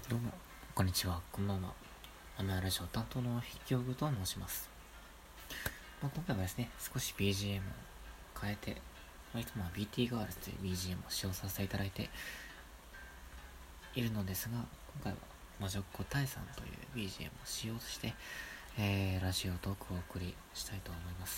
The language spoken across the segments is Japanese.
どうも、こんにちは、こんばんは。アメアラジオ担当の筆記具と申します。今回はですね、少し BGM を変えて、いつもは BT ガールズという BGM を使用させていただいているのですが、今回は魔女っ子タイさんという BGM を使用して、ラジオトークをお送りしたいと思います。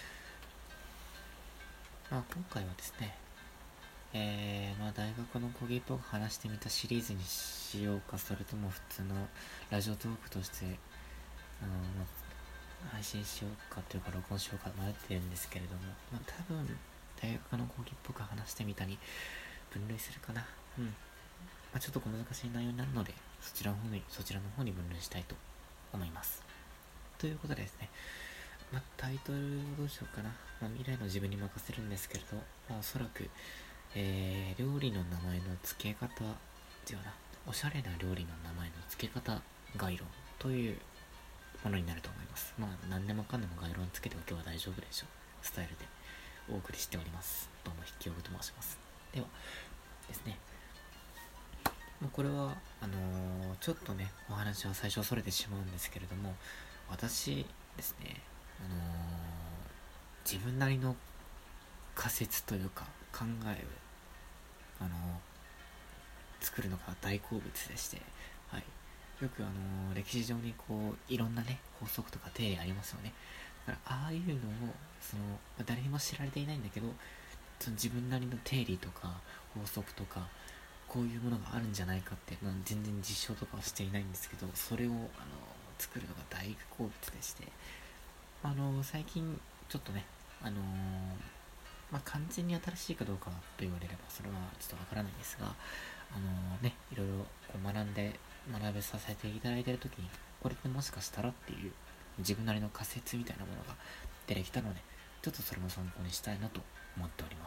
今回はですね、大学の講義っぽく話してみたシリーズにしようか、それとも普通のラジオトークとして配信しようかというか録音しようか迷ってるんですけれども、多分大学の講義っぽく話してみたに分類するかな。ちょっと小難しい内容になるので、そちらの方に分類したいと思います。ということでですね、タイトルをどうしようかな。未来の自分に任せるんですけれど、おそらく、料理の名前の付け方ではな、おしゃれな料理の名前の付け方概論というものになると思います。何でもかんでも概論つけておけば大丈夫でしょうスタイルでお送りしております。どうも筆記用具と申します。ではですね、これはちょっとねお話は最初それてしまうんですけれども、私ですね、自分なりの仮説というか考えを作るのが大好物でして、はい、よく歴史上にいろんなね法則とか定理ありますよね。だからああいうのを誰にも知られていないんだけど、その自分なりの定理とか法則とかこういうものがあるんじゃないかって、全然実証とかはしていないんですけど、それを作るのが大好物でして、最近ちょっとね完全に新しいかどうかと言われればそれはちょっとわからないんですが、いろいろ学べさせていただいているときに、これってもしかしたらっていう自分なりの仮説みたいなものが出てきたので、ちょっとそれも参考にしたいなと思っております。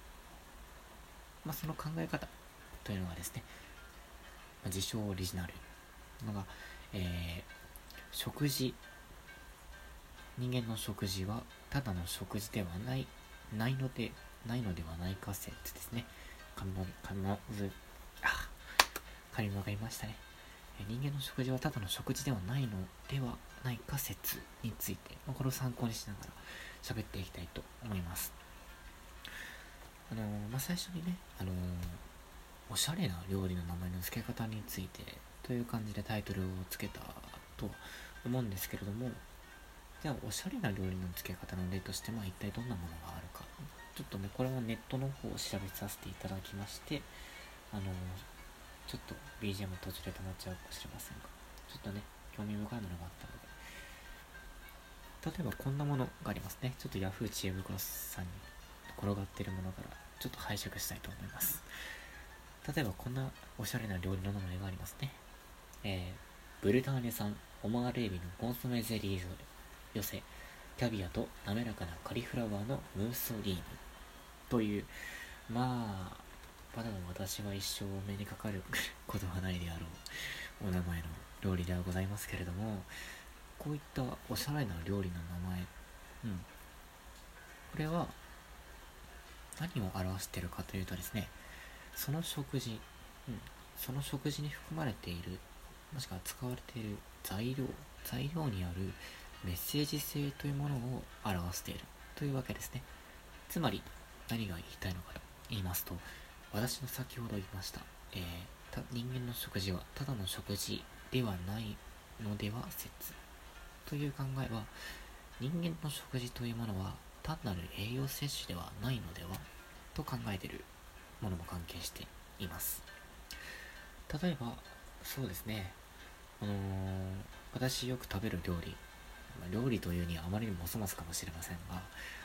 その考え方というのはですね、自称オリジナルのが、食事、人間の食事はただの食事ではないのではないか説ですね。噛みまがりましたね。人間の食事はただの食事ではないのではないか説について、これを参考にしながら喋っていきたいと思います。最初にね、おしゃれな料理の名前の付け方についてという感じでタイトルをつけたと思うんですけれども、じゃあおしゃれな料理の付け方の例として一体どんなものがあるか、ちょっとねこれもネットの方を調べさせていただきまして、ちょっと BGM 途中で止まっちゃうかもしれませんが、ちょっとね興味深いものがあったので、例えばこんなものがありますね。ちょっと Yahoo 知恵袋さんに転がっているものからちょっと拝借したいと思います。例えばこんなおしゃれな料理の名前がありますね。ブルターニュ産オマールエビのコンソメゼリー寄せキャビアと滑らかなカリフラワーのムーソリーヌという、まだ私は一生目にかかることはないであろうお名前の料理ではございますけれども、こういったおしゃれな料理の名前、これは何を表しているかというとですね、その食事、その食事に含まれている、もしくは使われている材料にあるメッセージ性というものを表しているというわけですね。つまり何が言いたいのかと言いますと、私の先ほど言いました、人間の食事はただの食事ではないのでは説という考えは、人間の食事というものは単なる栄養摂取ではないのではと考えているものも関係しています。例えばそうですね、私よく食べる料理というにはあまりにもお粗末かもしれませんが、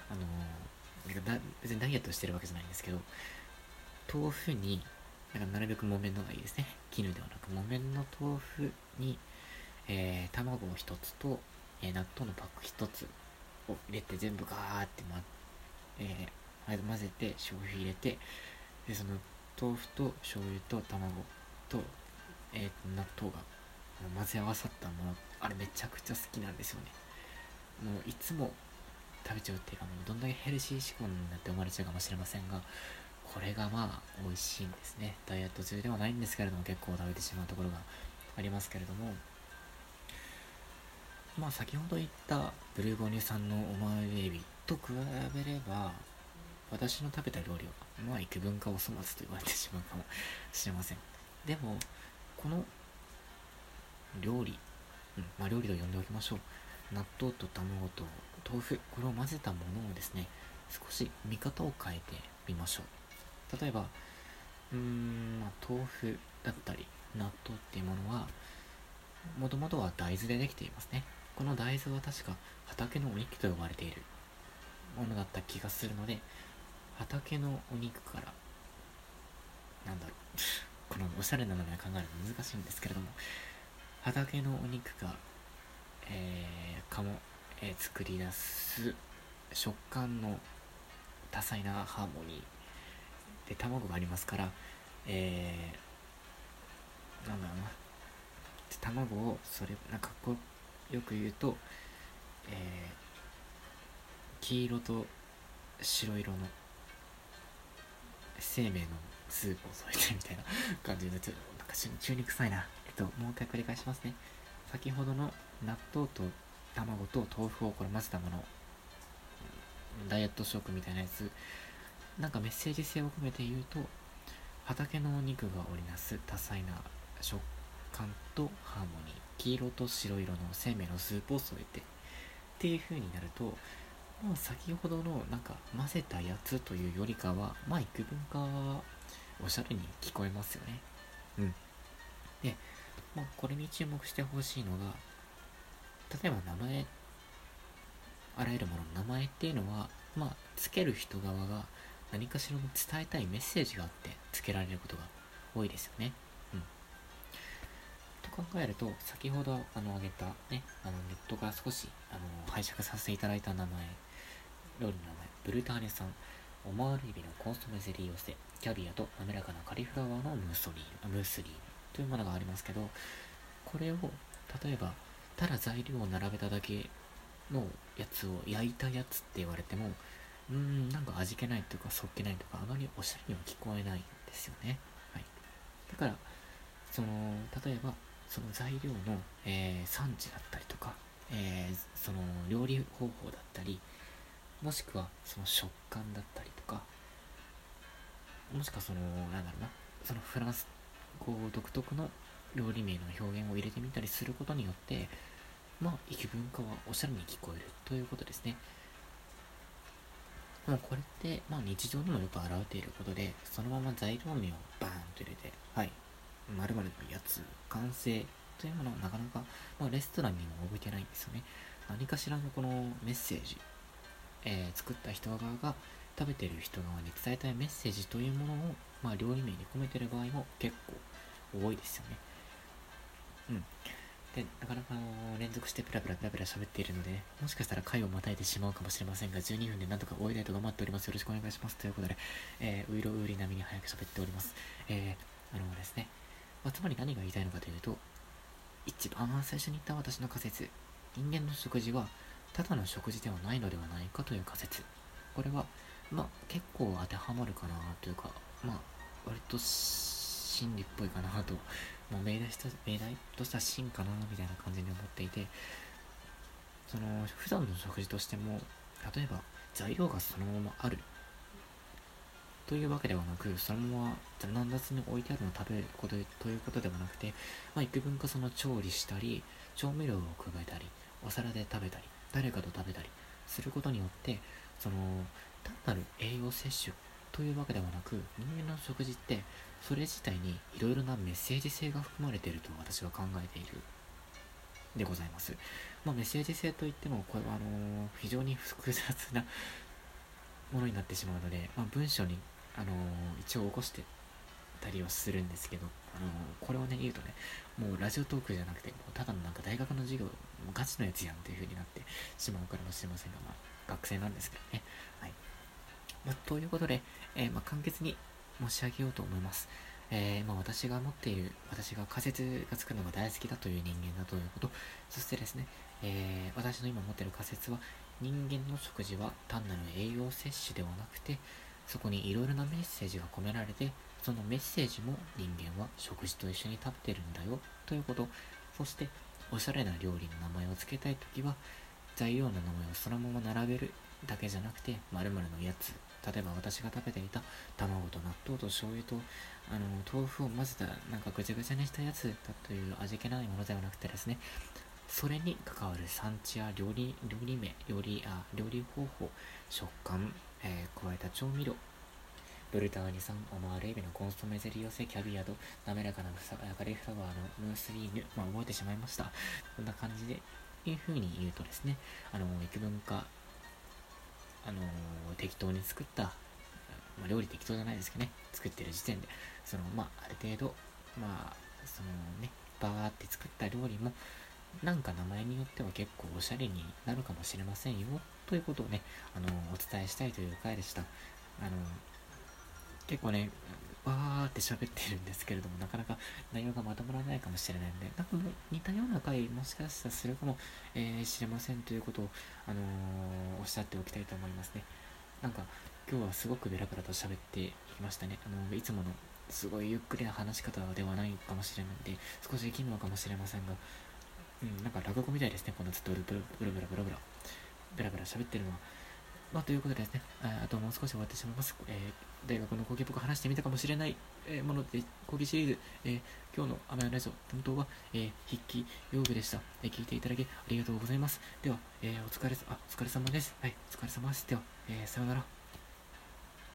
別にダイエットしてるわけじゃないんですけど、豆腐になるべく木綿の方がいいですね。絹ではなく木綿の豆腐に、卵を一つと、納豆のパック一つを入れて全部ガーって、混ぜて醤油入れて、でその豆腐と醤油と卵と、納豆が混ぜ合わさったもの、あれめちゃくちゃ好きなんですよね。もういつも食べちゃうっていうか、もうどんだけヘルシー志向になって生まれちゃうかもしれませんが、 これがまあ美味しいんですね。ダイエット中ではないんですけれども、結構食べてしまうところがありますけれども、まあ先ほど言ったブルゴーニュ産のオマールエビと比べれば、私の食べた料理はまあ幾分かお粗末と言われてしまうかもしれません。でもこの料理、まあ料理と呼んでおきましょう。納豆と卵と豆腐、これを混ぜたものをですね、少し見方を変えてみましょう。例えば豆腐だったり納豆っていうものはもともとは大豆でできていますね。この大豆は確か畑のお肉と呼ばれているものだった気がするので、畑のお肉から、なんだろうこのおしゃれな名前考えるの難しいんですけれども、畑のお肉が、作り出す食感の多彩なハーモニーで、卵がありますから、なんだろうな、卵をなんかこうよく言うと、黄色と白色の生命のスープを添えてみたいな感じで、ちょっとなんか中に臭いな。もう一回繰り返しますね。先ほどの納豆と卵と豆腐をこれ混ぜたもの、ダイエット食みたいなやつ、なんかメッセージ性を込めて言うと、畑のお肉が織りなす多彩な食感とハーモニー、黄色と白色の生命のスープを添えてっていう風になると、まあ先ほどのなんか混ぜたやつというよりかは、まあ幾分かおしゃれに聞こえますよね。で、まあこれに注目してほしいのが、例えば名前、あらゆるものの名前っていうのは、まあつける人側が何かしらの伝えたいメッセージがあってつけられることが多いですよね。と考えると、先ほど挙げたね、ネットから少し拝借させていただいた名前、料理の名前、ブルターニュ産オマールエビのコンソメゼリー寄せ、キャビアと滑らかなカリフラワーのムースリーというものがありますけど、これを例えばただ材料を並べただけのやつを焼いたやつって言われても、なんか味気ないというかそっけないとか、あまりおしゃれには聞こえないんですよね。だから例えばその材料の、産地だったりとか、その料理方法だったり、もしくはその食感だったりとか、もしくはなんだろうな、そのフランス語独特の料理名の表現を入れてみたりすることによって、まあ異文化はおしゃれに聞こえるということですね。もうこれって、まあ日常にもよく現れていることで、そのまま材料名をバーンと入れて、はい、〇〇のやつ完成というものはなかなか、レストランにも置いてないんですよね。何かしらのこのメッセージ、作った人側が食べてる人側に伝えたいメッセージというものを、料理名に込めてる場合も結構多いですよね。で、なかなか連続してペラペラ喋っているので、もしかしたら回をまたいでしまうかもしれませんが、12分でなんとか終えたいと頑張っております。よろしくお願いします。ということで、ういろうり並みに早く喋っております。ですね、つまり何が言いたいのかというと、一番最初に言った私の仮説、人間の食事はただの食事ではないのではないかという仮説。これは、結構当てはまるかなというか、割と真理っぽいかなと、命題とした真かなみたいな感じに思っていて、普段の食事としても、例えば材料がそのままあるというわけではなく、そのまま乱雑に置いてあるのを食べることということではなくて、幾分か調理したり、調味料を加えたり、お皿で食べたり、誰かと食べたりすることによって、単なる栄養摂取というわけではなく、人間の食事ってそれ自体にいろいろなメッセージ性が含まれていると私は考えているでございます。メッセージ性といっても、これは非常に複雑なものになってしまうので、文章に一応起こしてたりはするんですけど、これをね言うとね、もうラジオトークじゃなくて、もうただのなんか大学の授業ガチのやつやんという風になってしまうからもしれませんが、学生なんですけどね。はい。ということで、簡潔に申し上げようと思います。私が仮説がつくのが大好きだという人間だということ、そしてですね、私の今持っている仮説は、人間の食事は単なる栄養摂取ではなくて、 そこにいろいろなメッセージが込められて、そのメッセージも人間は食事と一緒に食べてるんだよということ。そしておしゃれな料理の名前を付けたいときは、材料の名前をそのまま並べるだけじゃなくて、〇〇のやつ、例えば私が食べていた卵と納豆と醤油と豆腐を混ぜたなんかぐちゃぐちゃにしたやつだという味気ないものではなくてですね、それに関わる産地や料理名、料理方法、食感、加えた調味料、ブルターニ産オマールエビのコンソメゼリ寄せキャビアと滑らかなカリフラワーのムースリーヌ、覚えてしまいました。こんな感じでいう風に言うとですね、幾分か適当に作った、料理適当じゃないですけどね、作ってる時点である程度バーって作った料理もなんか名前によっては結構おしゃれになるかもしれませんよということをね、お伝えしたいという回でした。結構ね、わーって喋ってるんですけれども、なかなか内容がまとまらないかもしれないので、なんかもう似たような回もしかしたらするかも、しれませんということを、おっしゃっておきたいと思いますね。なんか今日はすごくベラベラと喋っていましたね。いつものすごいゆっくりな話し方ではないかもしれないので、少し奇妙かもしれませんが、なんか落語みたいですね。このずっとブラベラベラ喋ってるのは。ということでですね、あともう少し終わってしまいます。大学の講義僕話してみたかもしれない、もので、講義シリーズ、今日の雨のラジオ担当は、筆記用具でした。聞いていただきありがとうございます。では、お疲れ様です。はい、お疲れ様です。では、さようなら。